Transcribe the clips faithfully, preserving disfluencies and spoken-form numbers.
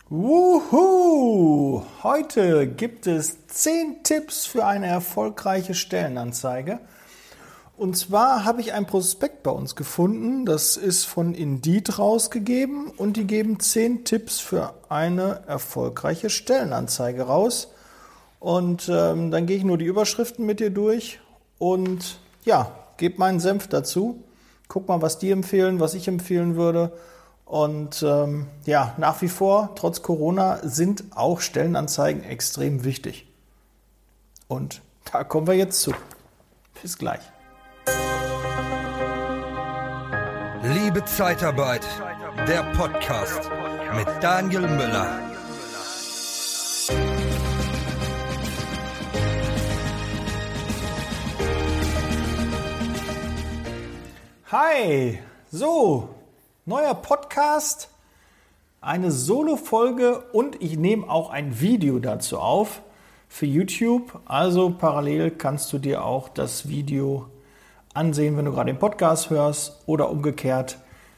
Wuhu! Heute gibt es zehn Tipps für eine erfolgreiche Stellenanzeige. Und zwar habe ich ein Prospekt bei uns gefunden, das ist von Indeed rausgegeben und die geben zehn Tipps für eine erfolgreiche Stellenanzeige raus. Und ähm, dann gehe ich nur die Überschriften mit dir durch und ja, gebe meinen Senf dazu. Guck mal, was die empfehlen, was ich empfehlen würde. Und ähm, ja, nach wie vor, trotz Corona, sind auch Stellenanzeigen extrem wichtig. Und da kommen wir jetzt zu. Bis gleich. Liebe Zeitarbeit, der Podcast mit Daniel Müller. Hi, so. Neuer Podcast, eine Solo-Folge und ich nehme auch ein Video dazu auf für YouTube. Also parallel kannst du dir auch das Video ansehen, wenn du gerade den Podcast hörst oder umgekehrt.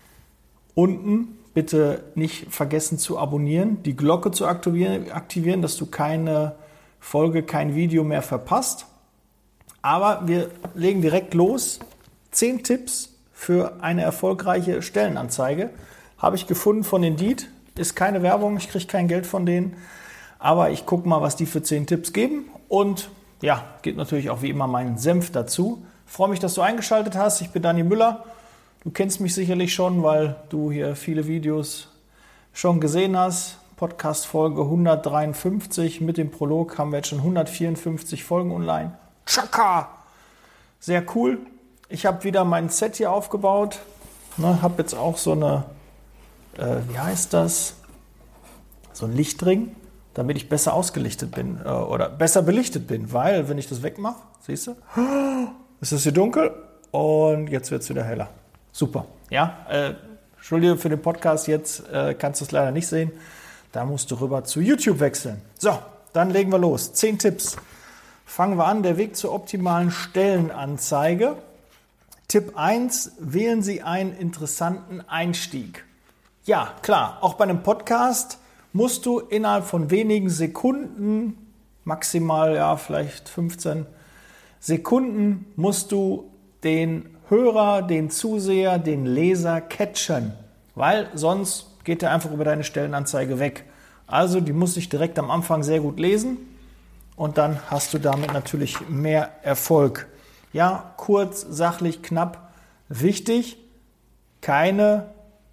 Unten bitte nicht vergessen zu abonnieren, die Glocke zu aktivieren, aktivieren, dass du keine Folge, kein Video mehr verpasst. Aber wir legen direkt los. Zehn Tipps für eine erfolgreiche Stellenanzeige. Habe ich gefunden von Indeed. Ist keine Werbung, ich kriege kein Geld von denen. Aber ich gucke mal, was die für zehn Tipps geben. Und ja, gibt natürlich auch wie immer meinen Senf dazu. Freue mich, dass du eingeschaltet hast. Ich bin Daniel Müller. Du kennst mich sicherlich schon, weil du hier viele Videos schon gesehen hast. Podcast-Folge hundertdreiundfünfzig mit dem Prolog haben wir jetzt schon hundertvierundfünfzig Folgen online. Tschakka! Sehr cool. Ich habe wieder mein Set hier aufgebaut, ne, habe jetzt auch so eine, äh, wie heißt das, so ein Lichtring, damit ich besser ausgelichtet bin äh, oder besser belichtet bin, weil wenn ich das wegmache, siehst du, ist es hier dunkel und jetzt wird es wieder heller. Super, ja, äh, Entschuldige für den Podcast, jetzt äh, kannst du es leider nicht sehen, da musst du rüber zu YouTube wechseln. So, dann legen wir los, zehn Tipps. Fangen wir an, der Weg zur optimalen Stellenanzeige. Tipp eins, wählen Sie einen interessanten Einstieg. Ja, klar, auch bei einem Podcast musst du innerhalb von wenigen Sekunden, maximal ja vielleicht fünfzehn Sekunden, musst du den Hörer, den Zuseher, den Leser catchen, weil sonst geht er einfach über deine Stellenanzeige weg. Also die muss ich direkt am Anfang sehr gut lesen und dann hast du damit natürlich mehr Erfolg. Ja, kurz, sachlich, knapp. Wichtig, keine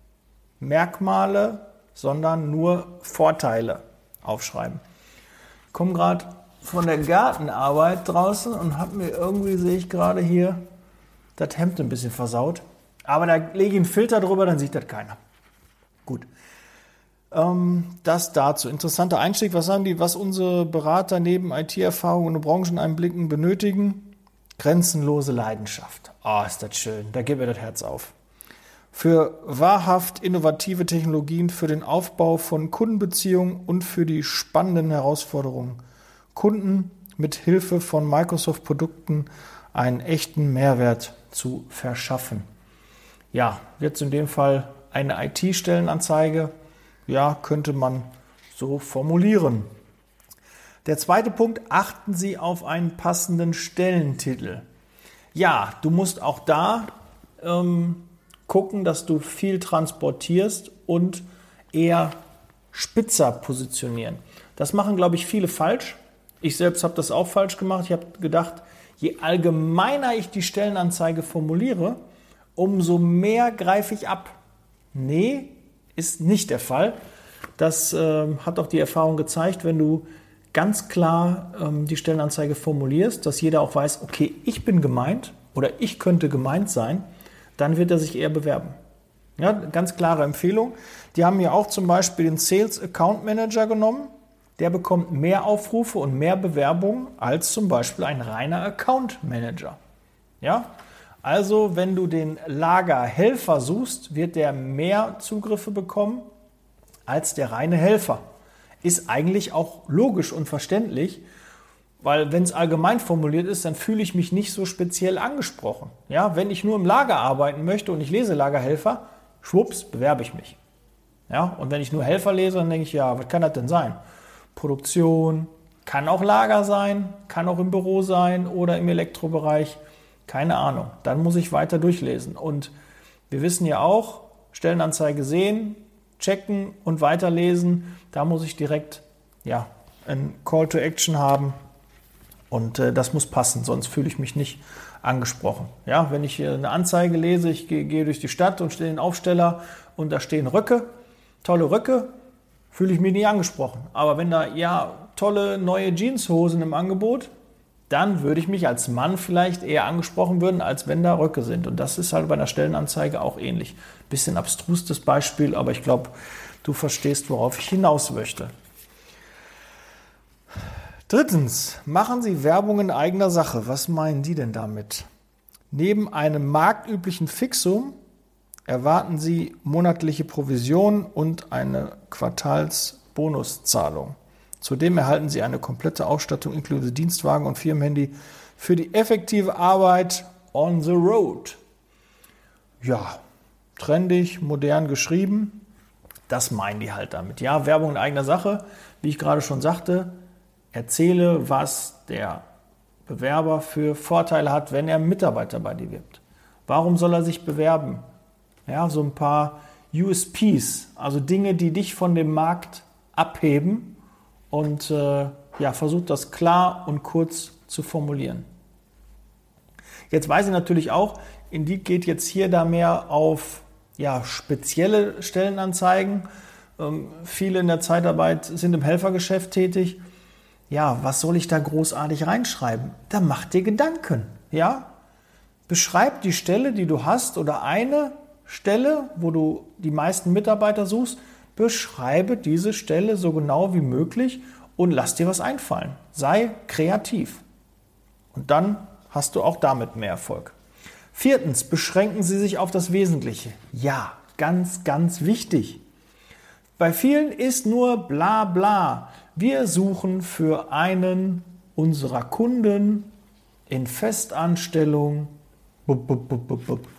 Merkmale, sondern nur Vorteile aufschreiben. Ich komme gerade von der Gartenarbeit draußen und habe mir irgendwie, sehe ich gerade hier, das Hemd ein bisschen versaut. Aber da lege ich einen Filter drüber, dann sieht das keiner. Gut. Ähm, das dazu. Interessanter Einstieg. Was haben die, was unsere Berater neben I T-Erfahrung und Brancheneinblicken benötigen? Grenzenlose Leidenschaft. Ah, oh, ist das schön. Da geht mir das Herz auf. Für wahrhaft innovative Technologien, für den Aufbau von Kundenbeziehungen und für die spannenden Herausforderungen, Kunden mit Hilfe von Microsoft-Produkten einen echten Mehrwert zu verschaffen. Ja, jetzt in dem Fall eine I T-Stellenanzeige. Ja, könnte man so formulieren. Der zweite Punkt, achten Sie auf einen passenden Stellentitel. Ja, du musst auch da ähm, gucken, dass du viel transportierst und eher spitzer positionieren. Das machen, glaube ich, viele falsch. Ich selbst habe das auch falsch gemacht. Ich habe gedacht, je allgemeiner ich die Stellenanzeige formuliere, umso mehr greife ich ab. Nee, ist nicht der Fall. Das äh, hat auch die Erfahrung gezeigt, wenn du ganz klar ähm, die Stellenanzeige formulierst, dass jeder auch weiß, okay, ich bin gemeint oder ich könnte gemeint sein, dann wird er sich eher bewerben. Ja, ganz klare Empfehlung. Die haben ja auch zum Beispiel den Sales Account Manager genommen. Der bekommt mehr Aufrufe und mehr Bewerbungen als zum Beispiel ein reiner Account Manager. Ja, also wenn du den Lagerhelfer suchst, wird der mehr Zugriffe bekommen als der reine Helfer. Ist eigentlich auch logisch und verständlich, weil wenn es allgemein formuliert ist, dann fühle ich mich nicht so speziell angesprochen. Ja, wenn ich nur im Lager arbeiten möchte und ich lese Lagerhelfer, schwupps, bewerbe ich mich. Ja, und wenn ich nur Helfer lese, dann denke ich, ja, was kann das denn sein? Produktion, kann auch Lager sein, kann auch im Büro sein oder im Elektrobereich, keine Ahnung. Dann muss ich weiter durchlesen. Und wir wissen ja auch, Stellenanzeige sehen, checken und weiterlesen, da muss ich direkt ja, ein Call to Action haben und äh, das muss passen, sonst fühle ich mich nicht angesprochen. Ja, wenn ich eine Anzeige lese, ich gehe, gehe durch die Stadt und stehe den Aufsteller und da stehen Röcke, tolle Röcke, fühle ich mich nicht angesprochen. Aber wenn da ja tolle neue Jeanshosen im Angebot, dann würde ich mich als Mann vielleicht eher angesprochen werden, als wenn da Röcke sind. Und das ist halt bei einer Stellenanzeige auch ähnlich. Bisschen abstrus das Beispiel, aber ich glaube, du verstehst, worauf ich hinaus möchte. Drittens, machen Sie Werbung in eigener Sache. Was meinen die denn damit? Neben einem marktüblichen Fixum erwarten Sie monatliche Provision und eine Quartalsbonuszahlung. Zudem erhalten Sie eine komplette Ausstattung inklusive Dienstwagen und Firmenhandy für die effektive Arbeit on the road. Ja, trendig, modern geschrieben, das meinen die halt damit. Ja, Werbung in eigener Sache, wie ich gerade schon sagte, erzähle, was der Bewerber für Vorteile hat, wenn er Mitarbeiter bei dir wirbt. Warum soll er sich bewerben? Ja, so ein paar U S Ps, also Dinge, die dich von dem Markt abheben. Und äh, ja, versucht das klar und kurz zu formulieren. Jetzt weiß ich natürlich auch, Indeed geht jetzt hier da mehr auf ja, spezielle Stellenanzeigen. Ähm, viele in der Zeitarbeit sind im Helfergeschäft tätig. Ja, was soll ich da großartig reinschreiben? Da mach dir Gedanken. Ja? Beschreib die Stelle, die du hast oder eine Stelle, wo du die meisten Mitarbeiter suchst. Beschreibe diese Stelle so genau wie möglich und lass dir was einfallen. Sei kreativ. Und dann hast du auch damit mehr Erfolg. Viertens, beschränken Sie sich auf das Wesentliche. Ja, ganz, ganz wichtig. Bei vielen ist nur bla bla. Wir suchen für einen unserer Kunden in Festanstellung. Bup, bup, bup, bup, bup.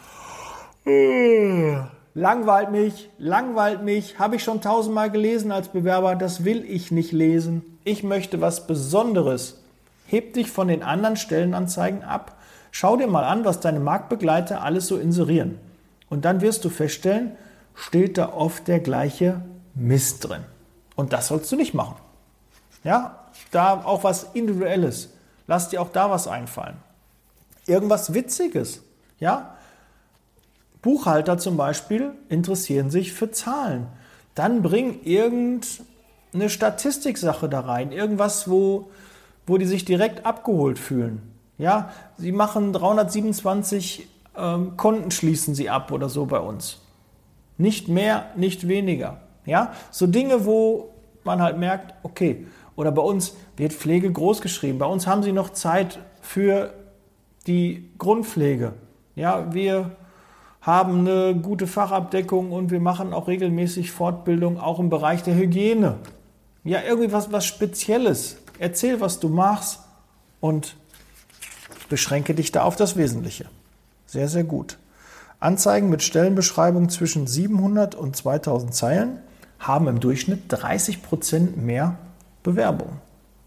Langweilt mich, langweilt mich, habe ich schon tausendmal gelesen als Bewerber, das will ich nicht lesen. Ich möchte was Besonderes. Heb dich von den anderen Stellenanzeigen ab. Schau dir mal an, was deine Marktbegleiter alles so inserieren. Und dann wirst du feststellen, steht da oft der gleiche Mist drin. Und das sollst du nicht machen. Ja, da auch was Individuelles. Lass dir auch da was einfallen. Irgendwas Witziges. Ja, Buchhalter zum Beispiel interessieren sich für Zahlen. Dann bring irgendeine Statistiksache da rein. Irgendwas, wo, wo die sich direkt abgeholt fühlen. Ja, sie machen dreihundertsiebenundzwanzig ähm, Konten, schließen sie ab oder so bei uns. Nicht mehr, nicht weniger. Ja, so Dinge, wo man halt merkt, okay, oder bei uns wird Pflege groß geschrieben. Bei uns haben sie noch Zeit für die Grundpflege. Ja, wir haben eine gute Fachabdeckung und wir machen auch regelmäßig Fortbildung, auch im Bereich der Hygiene. Ja, irgendwie was, was Spezielles. Erzähl, was du machst und beschränke dich da auf das Wesentliche. Sehr, sehr gut. Anzeigen mit Stellenbeschreibung zwischen siebenhundert und zweitausend Zeilen haben im Durchschnitt dreißig Prozent mehr Bewerbungen.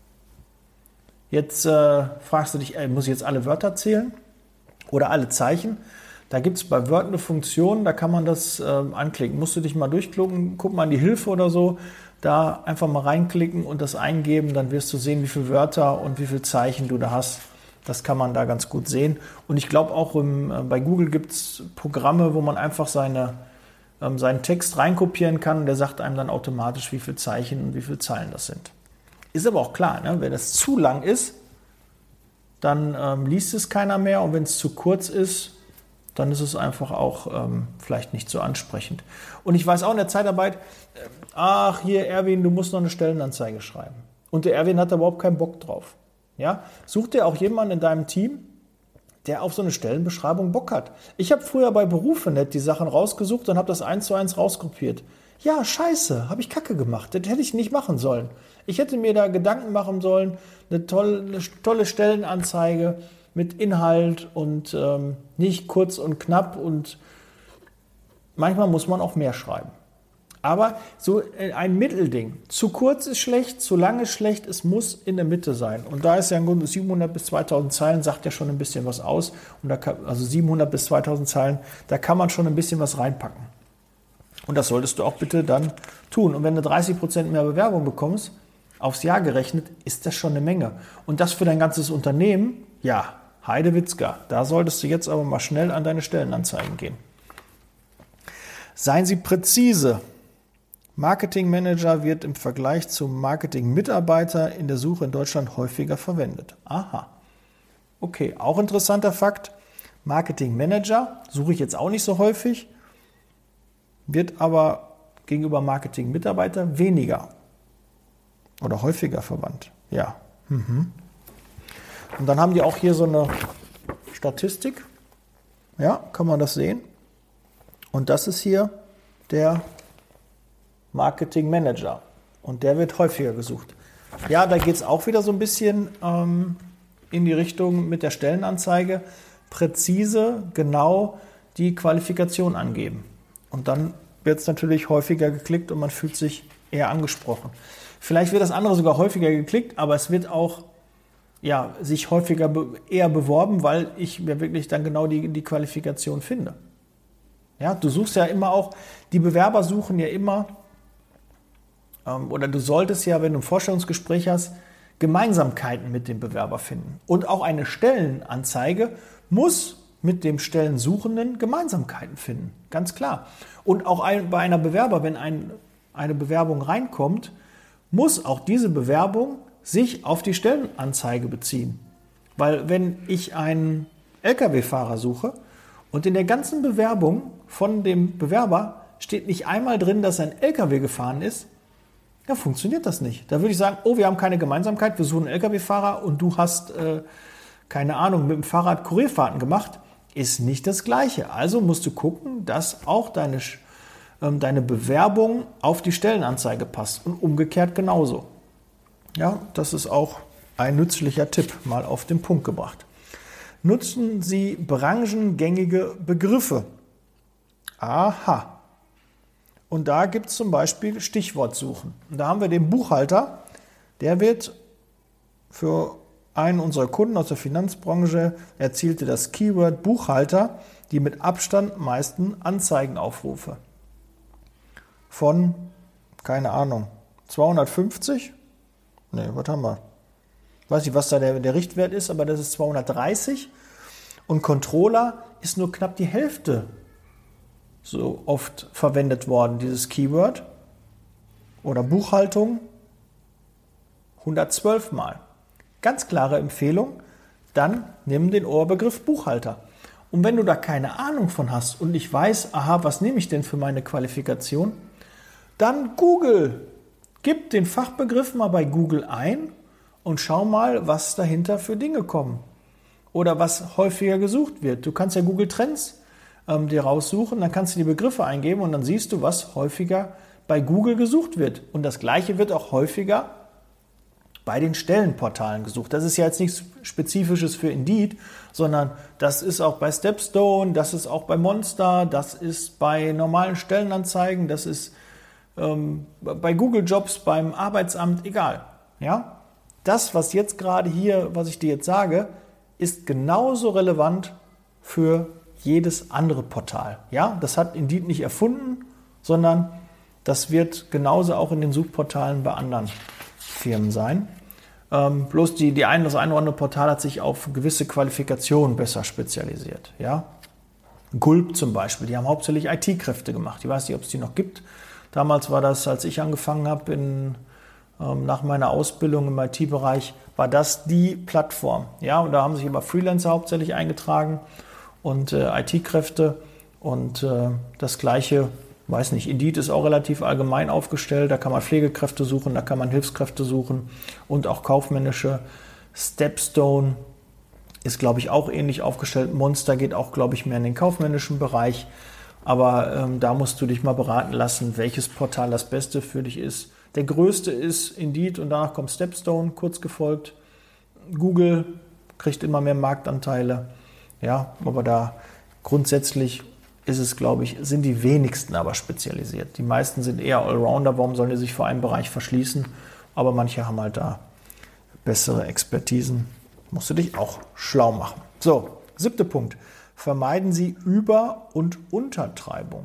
Jetzt äh, fragst du dich, ey, muss ich jetzt alle Wörter zählen oder alle Zeichen? Da gibt es bei Word eine Funktion, da kann man das äh, anklicken. Musst du dich mal durchklicken, guck mal in die Hilfe oder so, da einfach mal reinklicken und das eingeben, dann wirst du sehen, wie viele Wörter und wie viele Zeichen du da hast. Das kann man da ganz gut sehen. Und ich glaube auch im, äh, bei Google gibt es Programme, wo man einfach seine, ähm, seinen Text reinkopieren kann und der sagt einem dann automatisch, wie viele Zeichen und wie viele Zeilen das sind. Ist aber auch klar, ne? Wenn das zu lang ist, dann ähm, liest es keiner mehr und wenn es zu kurz ist, dann ist es einfach auch ähm, vielleicht nicht so ansprechend. Und ich weiß auch in der Zeitarbeit, äh, ach hier Erwin, du musst noch eine Stellenanzeige schreiben. Und der Erwin hat da überhaupt keinen Bock drauf. Ja? Such dir auch jemanden in deinem Team, der auf so eine Stellenbeschreibung Bock hat. Ich habe früher bei Berufenet die Sachen rausgesucht und habe das eins zu eins rauskopiert. Ja, scheiße, habe ich Kacke gemacht. Das hätte ich nicht machen sollen. Ich hätte mir da Gedanken machen sollen, eine tolle, eine tolle Stellenanzeige mit Inhalt und ähm, nicht kurz und knapp. Und manchmal muss man auch mehr schreiben. Aber so ein Mittelding. Zu kurz ist schlecht, zu lang ist schlecht, es muss in der Mitte sein. Und da ist ja im Grunde siebenhundert bis zweitausend Zeilen, sagt ja schon ein bisschen was aus. Und da kann, also siebenhundert bis zweitausend Zeilen, da kann man schon ein bisschen was reinpacken. Und das solltest du auch bitte dann tun. Und wenn du dreißig Prozent mehr Bewerbung bekommst, aufs Jahr gerechnet, ist das schon eine Menge. Und das für dein ganzes Unternehmen, ja, Heidewitzka. Da solltest du jetzt aber mal schnell an deine Stellenanzeigen gehen. Seien Sie präzise. Marketingmanager wird im Vergleich zum Marketingmitarbeiter in der Suche in Deutschland häufiger verwendet. Aha. Okay, auch interessanter Fakt. Marketingmanager suche ich jetzt auch nicht so häufig, wird aber gegenüber Marketingmitarbeiter weniger oder häufiger verwandt. Ja. Mhm. Und dann haben die auch hier so eine Statistik. Ja, kann man das sehen? Und das ist hier der Marketing Manager. Und der wird häufiger gesucht. Ja, da geht es auch wieder so ein bisschen ähm, in die Richtung mit der Stellenanzeige. Präzise, genau die Qualifikation angeben. Und dann wird es natürlich häufiger geklickt und man fühlt sich eher angesprochen. Vielleicht wird das andere sogar häufiger geklickt, aber es wird auch ja, sich häufiger be- eher beworben, weil ich mir wirklich dann genau die, die Qualifikation finde. Ja, du suchst ja immer auch, die Bewerber suchen ja immer, ähm, oder du solltest ja, wenn du ein Vorstellungsgespräch hast, Gemeinsamkeiten mit dem Bewerber finden. Und auch eine Stellenanzeige muss mit dem Stellensuchenden Gemeinsamkeiten finden, ganz klar. Und auch ein, bei einer Bewerber, wenn ein, eine Bewerbung reinkommt, muss auch diese Bewerbung sich auf die Stellenanzeige beziehen. Weil wenn ich einen L K W-Fahrer suche und in der ganzen Bewerbung von dem Bewerber steht nicht einmal drin, dass er ein L K W gefahren ist, ja, funktioniert das nicht. Da würde ich sagen, oh, wir haben keine Gemeinsamkeit, wir suchen einen L K W-Fahrer und du hast, äh, keine Ahnung, mit dem Fahrrad Kurierfahrten gemacht, ist nicht das Gleiche. Also musst du gucken, dass auch deine, ähm, deine Bewerbung auf die Stellenanzeige passt und umgekehrt genauso. Ja, das ist auch ein nützlicher Tipp, mal auf den Punkt gebracht. Nutzen Sie branchengängige Begriffe. Aha. Und da gibt es zum Beispiel Stichwortsuchen. Und da haben wir den Buchhalter, der wird für einen unserer Kunden aus der Finanzbranche, erzielte das Keyword Buchhalter die mit Abstand meisten Anzeigenaufrufe. Von, keine Ahnung, zweihundertfünfzig? Ne, was haben wir? Ich weiß nicht, was da der, der Richtwert ist, aber das ist zweihundertdreißig. Und Controller ist nur knapp die Hälfte so oft verwendet worden, dieses Keyword. Oder Buchhaltung hundertzwölf Mal. Ganz klare Empfehlung, dann nimm den Oberbegriff Buchhalter. Und wenn du da keine Ahnung von hast und nicht weißt, aha, was nehme ich denn für meine Qualifikation, dann Google. Gib den Fachbegriff mal bei Google ein und schau mal, was dahinter für Dinge kommen. Oder was häufiger gesucht wird. Du kannst ja Google Trends ähm, dir raussuchen, dann kannst du die Begriffe eingeben und dann siehst du, was häufiger bei Google gesucht wird. Und das Gleiche wird auch häufiger bei den Stellenportalen gesucht. Das ist ja jetzt nichts Spezifisches für Indeed, sondern das ist auch bei Stepstone, das ist auch bei Monster, das ist bei normalen Stellenanzeigen, das ist ähm, bei Google Jobs, beim Arbeitsamt, egal. Ja? Das, was jetzt gerade hier, was ich dir jetzt sage, ist genauso relevant für jedes andere Portal. Ja? Das hat Indeed nicht erfunden, sondern das wird genauso auch in den Suchportalen bei anderen Firmen sein. Ähm, bloß die, die ein, das eine oder andere Portal hat sich auf gewisse Qualifikationen besser spezialisiert. Ja? Gulp zum Beispiel, die haben hauptsächlich I T-Kräfte gemacht. Ich weiß nicht, ob es die noch gibt. Damals war das, als ich angefangen habe, in, ähm, nach meiner Ausbildung im I T-Bereich, war das die Plattform. Ja? Und da haben sich immer Freelancer hauptsächlich eingetragen und äh, I T-Kräfte und äh, das Gleiche. Weiß nicht, Indeed ist auch relativ allgemein aufgestellt, da kann man Pflegekräfte suchen, da kann man Hilfskräfte suchen und auch kaufmännische. Stepstone ist, glaube ich, auch ähnlich aufgestellt. Monster geht auch, glaube ich, mehr in den kaufmännischen Bereich, aber ähm, da musst du dich mal beraten lassen, welches Portal das Beste für dich ist. Der größte ist Indeed und danach kommt Stepstone, kurz gefolgt. Google kriegt immer mehr Marktanteile, ja, aber da grundsätzlich ist es, glaube ich, sind die wenigsten aber spezialisiert. Die meisten sind eher Allrounder. Warum sollen die sich vor einem Bereich verschließen? Aber manche haben halt da bessere Expertisen. Musst du dich auch schlau machen. So, siebter Punkt. Vermeiden Sie Über- und Untertreibung.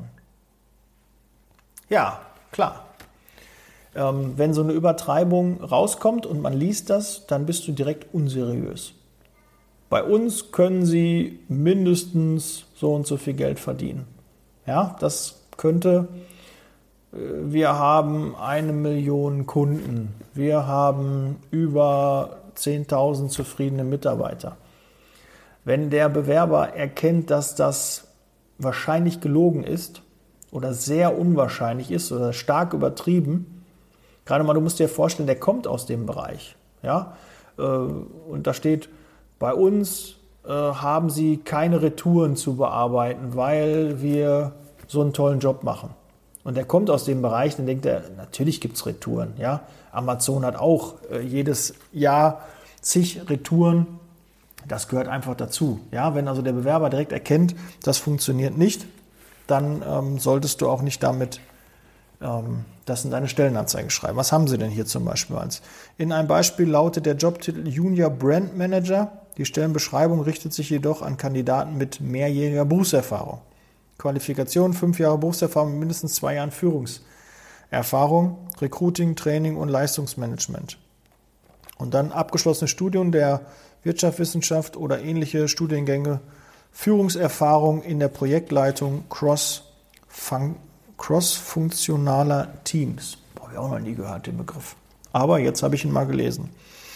Ja, klar. Ähm, wenn so eine Übertreibung rauskommt und man liest das, dann bist du direkt unseriös. Bei uns können Sie mindestens so und so viel Geld verdienen. Ja, das könnte, wir haben eine Million Kunden, wir haben über zehntausend zufriedene Mitarbeiter. Wenn der Bewerber erkennt, dass das wahrscheinlich gelogen ist oder sehr unwahrscheinlich ist oder stark übertrieben, gerade mal, du musst dir vorstellen, der kommt aus dem Bereich. Ja? Und da steht, bei uns äh, haben Sie keine Retouren zu bearbeiten, weil wir so einen tollen Job machen. Und der kommt aus dem Bereich, dann denkt er, natürlich gibt es Retouren. Ja? Amazon hat auch äh, jedes Jahr zig Retouren. Das gehört einfach dazu. Ja? Wenn also der Bewerber direkt erkennt, das funktioniert nicht, dann ähm, solltest du auch nicht damit ähm, das in deine Stellenanzeige schreiben. Was haben Sie denn hier zum Beispiel? In einem Beispiel lautet der Jobtitel Junior Brand Manager. Die Stellenbeschreibung richtet sich jedoch an Kandidaten mit mehrjähriger Berufserfahrung. Qualifikation, fünf Jahre Berufserfahrung mit mindestens zwei Jahren Führungserfahrung, Recruiting, Training und Leistungsmanagement. Und dann abgeschlossenes Studium der Wirtschaftswissenschaft oder ähnliche Studiengänge, Führungserfahrung in der Projektleitung cross-fun- cross-funktionaler Teams. Habe ich auch noch nie gehört, den Begriff. Aber jetzt habe ich ihn mal gelesen.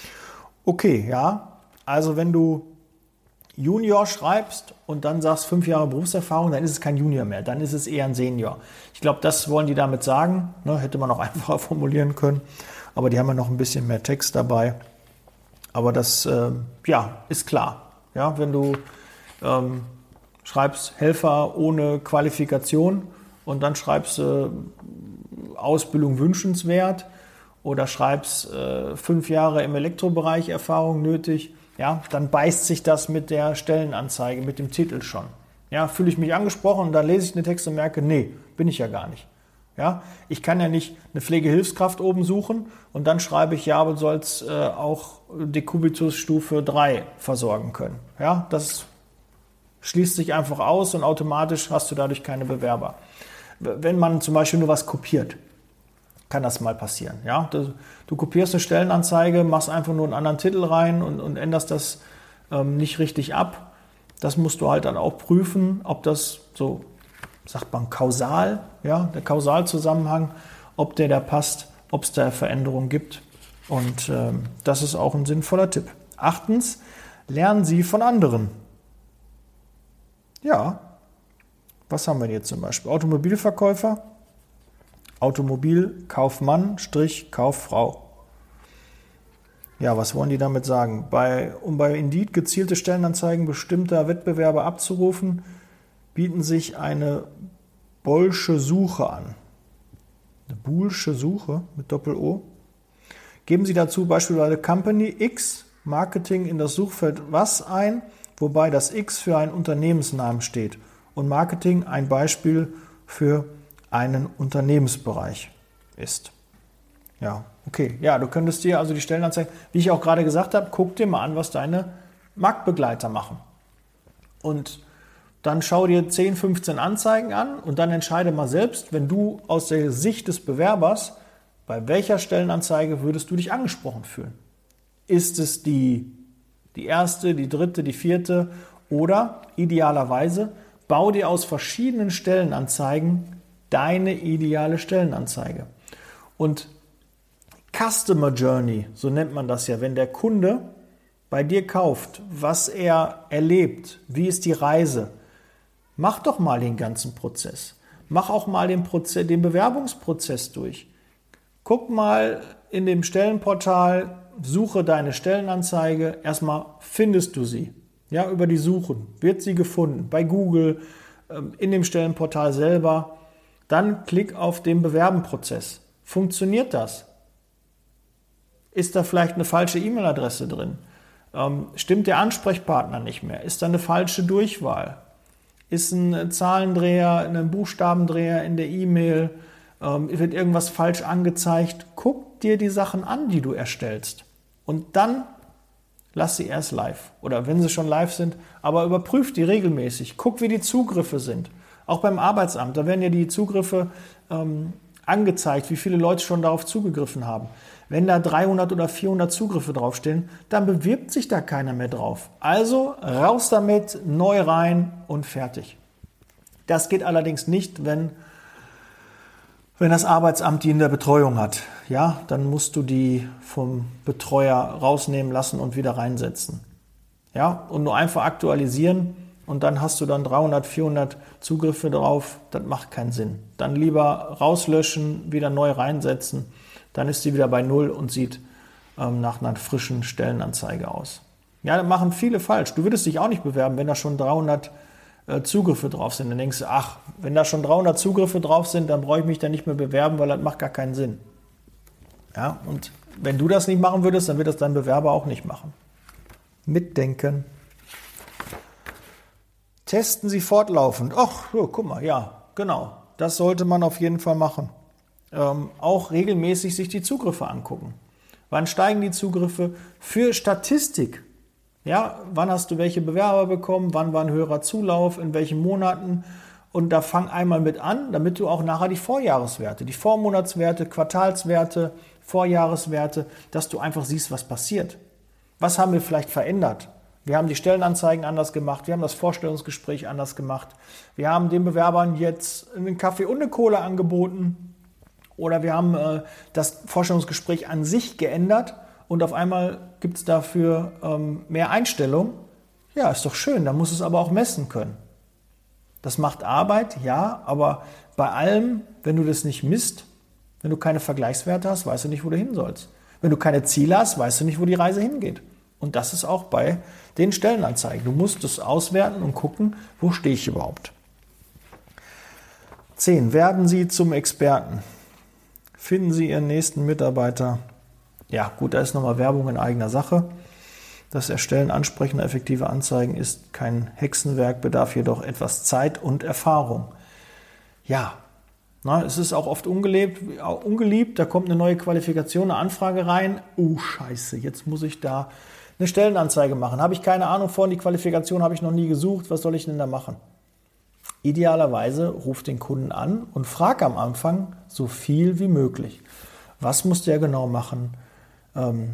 Okay, ja. Also wenn du Junior schreibst und dann sagst fünf Jahre Berufserfahrung, dann ist es kein Junior mehr, dann ist es eher ein Senior. Ich glaube, das wollen die damit sagen. Ne, hätte man auch einfacher formulieren können, aber die haben ja noch ein bisschen mehr Text dabei. Aber das äh, ja, ist klar. Ja, wenn du ähm, schreibst Helfer ohne Qualifikation und dann schreibst du äh, Ausbildung wünschenswert oder schreibst äh, fünf Jahre im Elektrobereich Erfahrung nötig, ja, dann beißt sich das mit der Stellenanzeige, mit dem Titel schon. Ja, fühle ich mich angesprochen und dann lese ich den Text und merke, nee, bin ich ja gar nicht. Ja, ich kann ja nicht eine Pflegehilfskraft oben suchen und dann schreibe ich, ja, aber du sollst äh, auch Dekubitus Stufe drei versorgen können. Ja, das schließt sich einfach aus und automatisch hast du dadurch keine Bewerber. Wenn man zum Beispiel nur was kopiert, kann das mal passieren. Ja? Du, du kopierst eine Stellenanzeige, machst einfach nur einen anderen Titel rein und, und änderst das ähm, nicht richtig ab. Das musst du halt dann auch prüfen, ob das so, sagt man, kausal, ja, der Kausalzusammenhang, ob der da passt, ob es da Veränderungen gibt. Und ähm, das ist auch ein sinnvoller Tipp. Achtens, lernen Sie von anderen. Ja, was haben wir hier zum Beispiel? Automobilverkäufer, Automobilkaufmann, Strich, Kauffrau. Ja, was wollen die damit sagen? Bei, um bei Indeed gezielte Stellenanzeigen bestimmter Wettbewerber abzurufen, bieten sich eine Boolsche Suche an. Eine Boolsche Suche mit Doppel-O. Geben Sie dazu beispielsweise Company X, Marketing in das Suchfeld was ein, wobei das X für einen Unternehmensnamen steht und Marketing ein Beispiel für einen Unternehmensbereich ist. Ja, okay. Ja, du könntest dir also die Stellenanzeigen, wie ich auch gerade gesagt habe, guck dir mal an, was deine Marktbegleiter machen. Und dann schau dir zehn, fünfzehn Anzeigen an und dann entscheide mal selbst, wenn du aus der Sicht des Bewerbers, bei welcher Stellenanzeige würdest du dich angesprochen fühlen? Ist es die, die erste, die dritte, die vierte oder idealerweise bau dir aus verschiedenen Stellenanzeigen deine ideale Stellenanzeige. Und Customer Journey, so nennt man das ja, wenn der Kunde bei dir kauft, was er erlebt, wie ist die Reise, mach doch mal den ganzen Prozess. Mach auch mal den, Proze- den Bewerbungsprozess durch. Guck mal in dem Stellenportal, suche deine Stellenanzeige, erstmal findest du sie. Ja, über die Suchen wird sie gefunden, bei Google, in dem Stellenportal selber. Dann klick auf den Bewerbenprozess. Funktioniert das? Ist da vielleicht eine falsche E-Mail-Adresse drin? Ähm, stimmt der Ansprechpartner nicht mehr? Ist da eine falsche Durchwahl? Ist ein Zahlendreher, ein Buchstabendreher in der E-Mail? Ähm, wird irgendwas falsch angezeigt? Guck dir die Sachen an, die du erstellst. Und dann lass sie erst live. Oder wenn sie schon live sind, aber überprüf die regelmäßig. Guck, wie die Zugriffe sind. Auch beim Arbeitsamt, da werden ja die Zugriffe ähm, angezeigt, wie viele Leute schon darauf zugegriffen haben. Wenn da dreihundert oder vierhundert Zugriffe draufstehen, dann bewirbt sich da keiner mehr drauf. Also raus damit, neu rein und fertig. Das geht allerdings nicht, wenn, wenn das Arbeitsamt die in der Betreuung hat. Ja, dann musst du die vom Betreuer rausnehmen lassen und wieder reinsetzen. Ja, und nur einfach aktualisieren und dann hast du dann dreihundert, vierhundert Zugriffe drauf. Das macht keinen Sinn. Dann lieber rauslöschen, wieder neu reinsetzen. Dann ist sie wieder bei Null und sieht ähm, nach einer frischen Stellenanzeige aus. Ja, das machen viele falsch. Du würdest dich auch nicht bewerben, wenn da schon dreihundert äh, Zugriffe drauf sind. Dann denkst du, ach, wenn da schon dreihundert Zugriffe drauf sind, dann brauche ich mich da nicht mehr bewerben, weil das macht gar keinen Sinn. Ja, und wenn du das nicht machen würdest, dann wird das dein Bewerber auch nicht machen. Mitdenken. Testen Sie fortlaufend. Ach, so, guck mal, ja, genau. Das sollte man auf jeden Fall machen. Ähm, auch regelmäßig sich die Zugriffe angucken. Wann steigen die Zugriffe? Für Statistik. Ja, wann hast du welche Bewerber bekommen? Wann war ein höherer Zulauf? In welchen Monaten? Und da fang einmal mit an, damit du auch nachher die Vorjahreswerte, die Vormonatswerte, Quartalswerte, Vorjahreswerte, dass du einfach siehst, was passiert. Was haben wir vielleicht verändert? Wir haben die Stellenanzeigen anders gemacht, wir haben das Vorstellungsgespräch anders gemacht, wir haben den Bewerbern jetzt einen Kaffee und eine Cola angeboten. Oder wir haben äh, das Vorstellungsgespräch an sich geändert und auf einmal gibt es dafür ähm, mehr Einstellung. Ja, ist doch schön, da muss es aber auch messen können. Das macht Arbeit, ja, aber bei allem, wenn du das nicht misst, wenn du keine Vergleichswerte hast, weißt du nicht, wo du hin sollst. Wenn du keine Ziele hast, weißt du nicht, wo die Reise hingeht. Und das ist auch bei den Stellenanzeigen. Du musst es auswerten und gucken, wo stehe ich überhaupt. zehn. Werden Sie zum Experten. Finden Sie Ihren nächsten Mitarbeiter. Ja, gut, da ist nochmal Werbung in eigener Sache. Das Erstellen ansprechender, effektiver Anzeigen ist kein Hexenwerk, bedarf jedoch etwas Zeit und Erfahrung. Ja, na, es ist auch oft ungelebt, ungeliebt, da kommt eine neue Qualifikation, eine Anfrage rein. Oh, scheiße, jetzt muss ich da eine Stellenanzeige machen. Habe ich keine Ahnung von, die Qualifikation habe ich noch nie gesucht, was soll ich denn da machen? Idealerweise ruf den Kunden an und frag am Anfang so viel wie möglich. Was muss der genau machen? Ähm,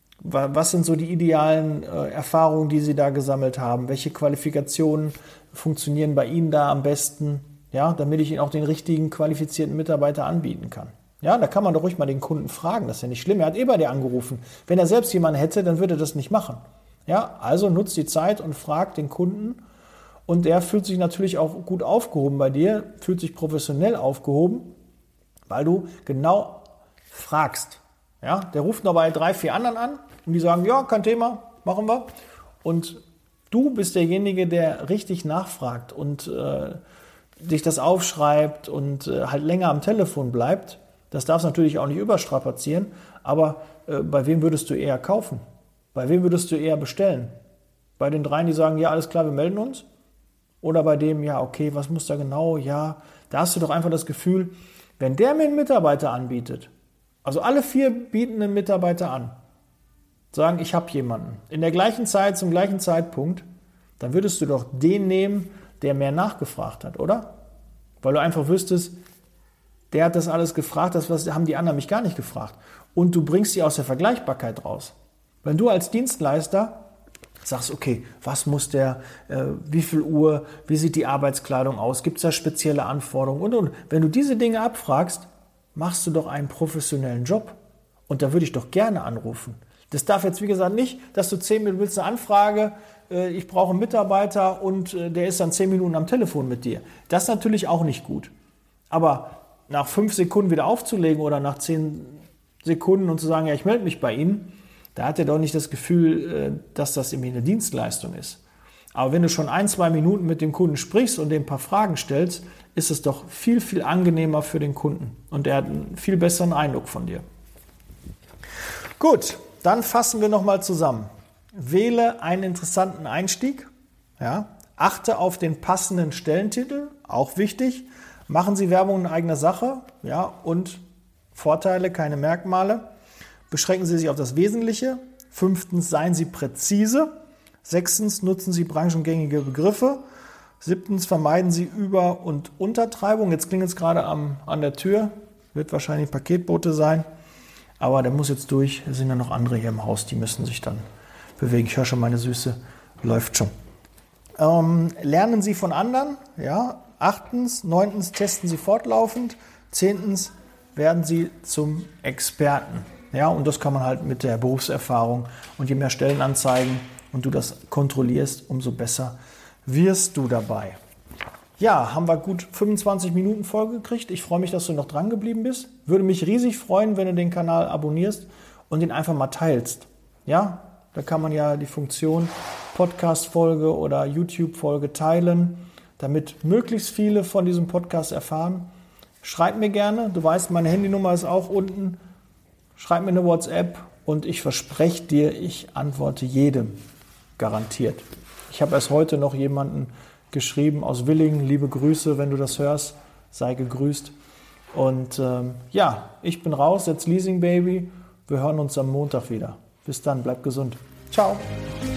was sind so die idealen äh, Erfahrungen, die Sie da gesammelt haben? Welche Qualifikationen funktionieren bei Ihnen da am besten? Ja, damit ich Ihnen auch den richtigen qualifizierten Mitarbeiter anbieten kann. Ja, da kann man doch ruhig mal den Kunden fragen. Das ist ja nicht schlimm. Er hat eh bei dir angerufen. Wenn er selbst jemanden hätte, dann würde er das nicht machen. Ja, also nutzt die Zeit und fragt den Kunden. Und der fühlt sich natürlich auch gut aufgehoben bei dir, fühlt sich professionell aufgehoben, weil du genau fragst. Ja, der ruft noch bei drei, vier anderen an und die sagen, ja, kein Thema, machen wir. Und du bist derjenige, der richtig nachfragt und äh, sich das aufschreibt und äh, halt länger am Telefon bleibt. Das darfst du natürlich auch nicht überstrapazieren, aber äh, bei wem würdest du eher kaufen? Bei wem würdest du eher bestellen? Bei den dreien, die sagen, ja, alles klar, wir melden uns? Oder bei dem, ja, okay, was muss da genau? Ja, da hast du doch einfach das Gefühl, wenn der mir einen Mitarbeiter anbietet, also alle vier bieten einen Mitarbeiter an, sagen, ich habe jemanden, in der gleichen Zeit, zum gleichen Zeitpunkt, dann würdest du doch den nehmen, der mehr nachgefragt hat, oder? Weil du einfach wüsstest, der hat das alles gefragt, das was, haben die anderen mich gar nicht gefragt. Und du bringst sie aus der Vergleichbarkeit raus. Wenn du als Dienstleister sagst, okay, was muss der, äh, wie viel Uhr, wie sieht die Arbeitskleidung aus, gibt es da spezielle Anforderungen und, und. Wenn du diese Dinge abfragst, machst du doch einen professionellen Job. Und da würde ich doch gerne anrufen. Das darf jetzt, wie gesagt, nicht, dass du zehn Minuten willst eine Anfrage, äh, ich brauche einen Mitarbeiter und äh, der ist dann zehn Minuten am Telefon mit dir. Das ist natürlich auch nicht gut. Aber nach fünf Sekunden wieder aufzulegen oder nach zehn Sekunden und zu sagen, ja, ich melde mich bei Ihnen, da hat er doch nicht das Gefühl, dass das irgendwie eine Dienstleistung ist. Aber wenn du schon ein, zwei Minuten mit dem Kunden sprichst und dem ein paar Fragen stellst, ist es doch viel, viel angenehmer für den Kunden. Und er hat einen viel besseren Eindruck von dir. Gut, dann fassen wir nochmal zusammen. Wähle einen interessanten Einstieg. Ja, Achte auf den passenden Stellentitel, auch wichtig. Machen Sie Werbung in eigener Sache, ja, und Vorteile, keine Merkmale. Beschränken Sie sich auf das Wesentliche. Fünftens, seien Sie präzise. Sechstens, nutzen Sie branchengängige Begriffe. Siebtens, vermeiden Sie Über- und Untertreibung. Jetzt klingelt es gerade am, an der Tür, wird wahrscheinlich Paketbote sein, aber der muss jetzt durch. Es sind ja noch andere hier im Haus, die müssen sich dann bewegen. Ich höre schon, meine Süße läuft schon. Ähm, lernen Sie von anderen, ja. Achtens, neuntens, testen Sie fortlaufend. Zehntens, werden Sie zum Experten. Ja, und das kann man halt mit der Berufserfahrung. Und je mehr Stellenanzeigen und du das kontrollierst, umso besser wirst du dabei. Ja, haben wir gut fünfundzwanzig Minuten vollgekriegt. Ich freue mich, dass du noch dran geblieben bist. Würde mich riesig freuen, wenn du den Kanal abonnierst und ihn einfach mal teilst. Ja, da kann man ja die Funktion Podcast-Folge oder YouTube-Folge teilen, damit möglichst viele von diesem Podcast erfahren. Schreib mir gerne, du weißt, meine Handynummer ist auch unten. Schreib mir eine WhatsApp und ich verspreche dir, ich antworte jedem, garantiert. Ich habe erst heute noch jemanden geschrieben aus Willingen, liebe Grüße, wenn du das hörst, sei gegrüßt. Und ähm, ja, ich bin raus, jetzt Leasing Baby, wir hören uns am Montag wieder. Bis dann, bleib gesund. Ciao.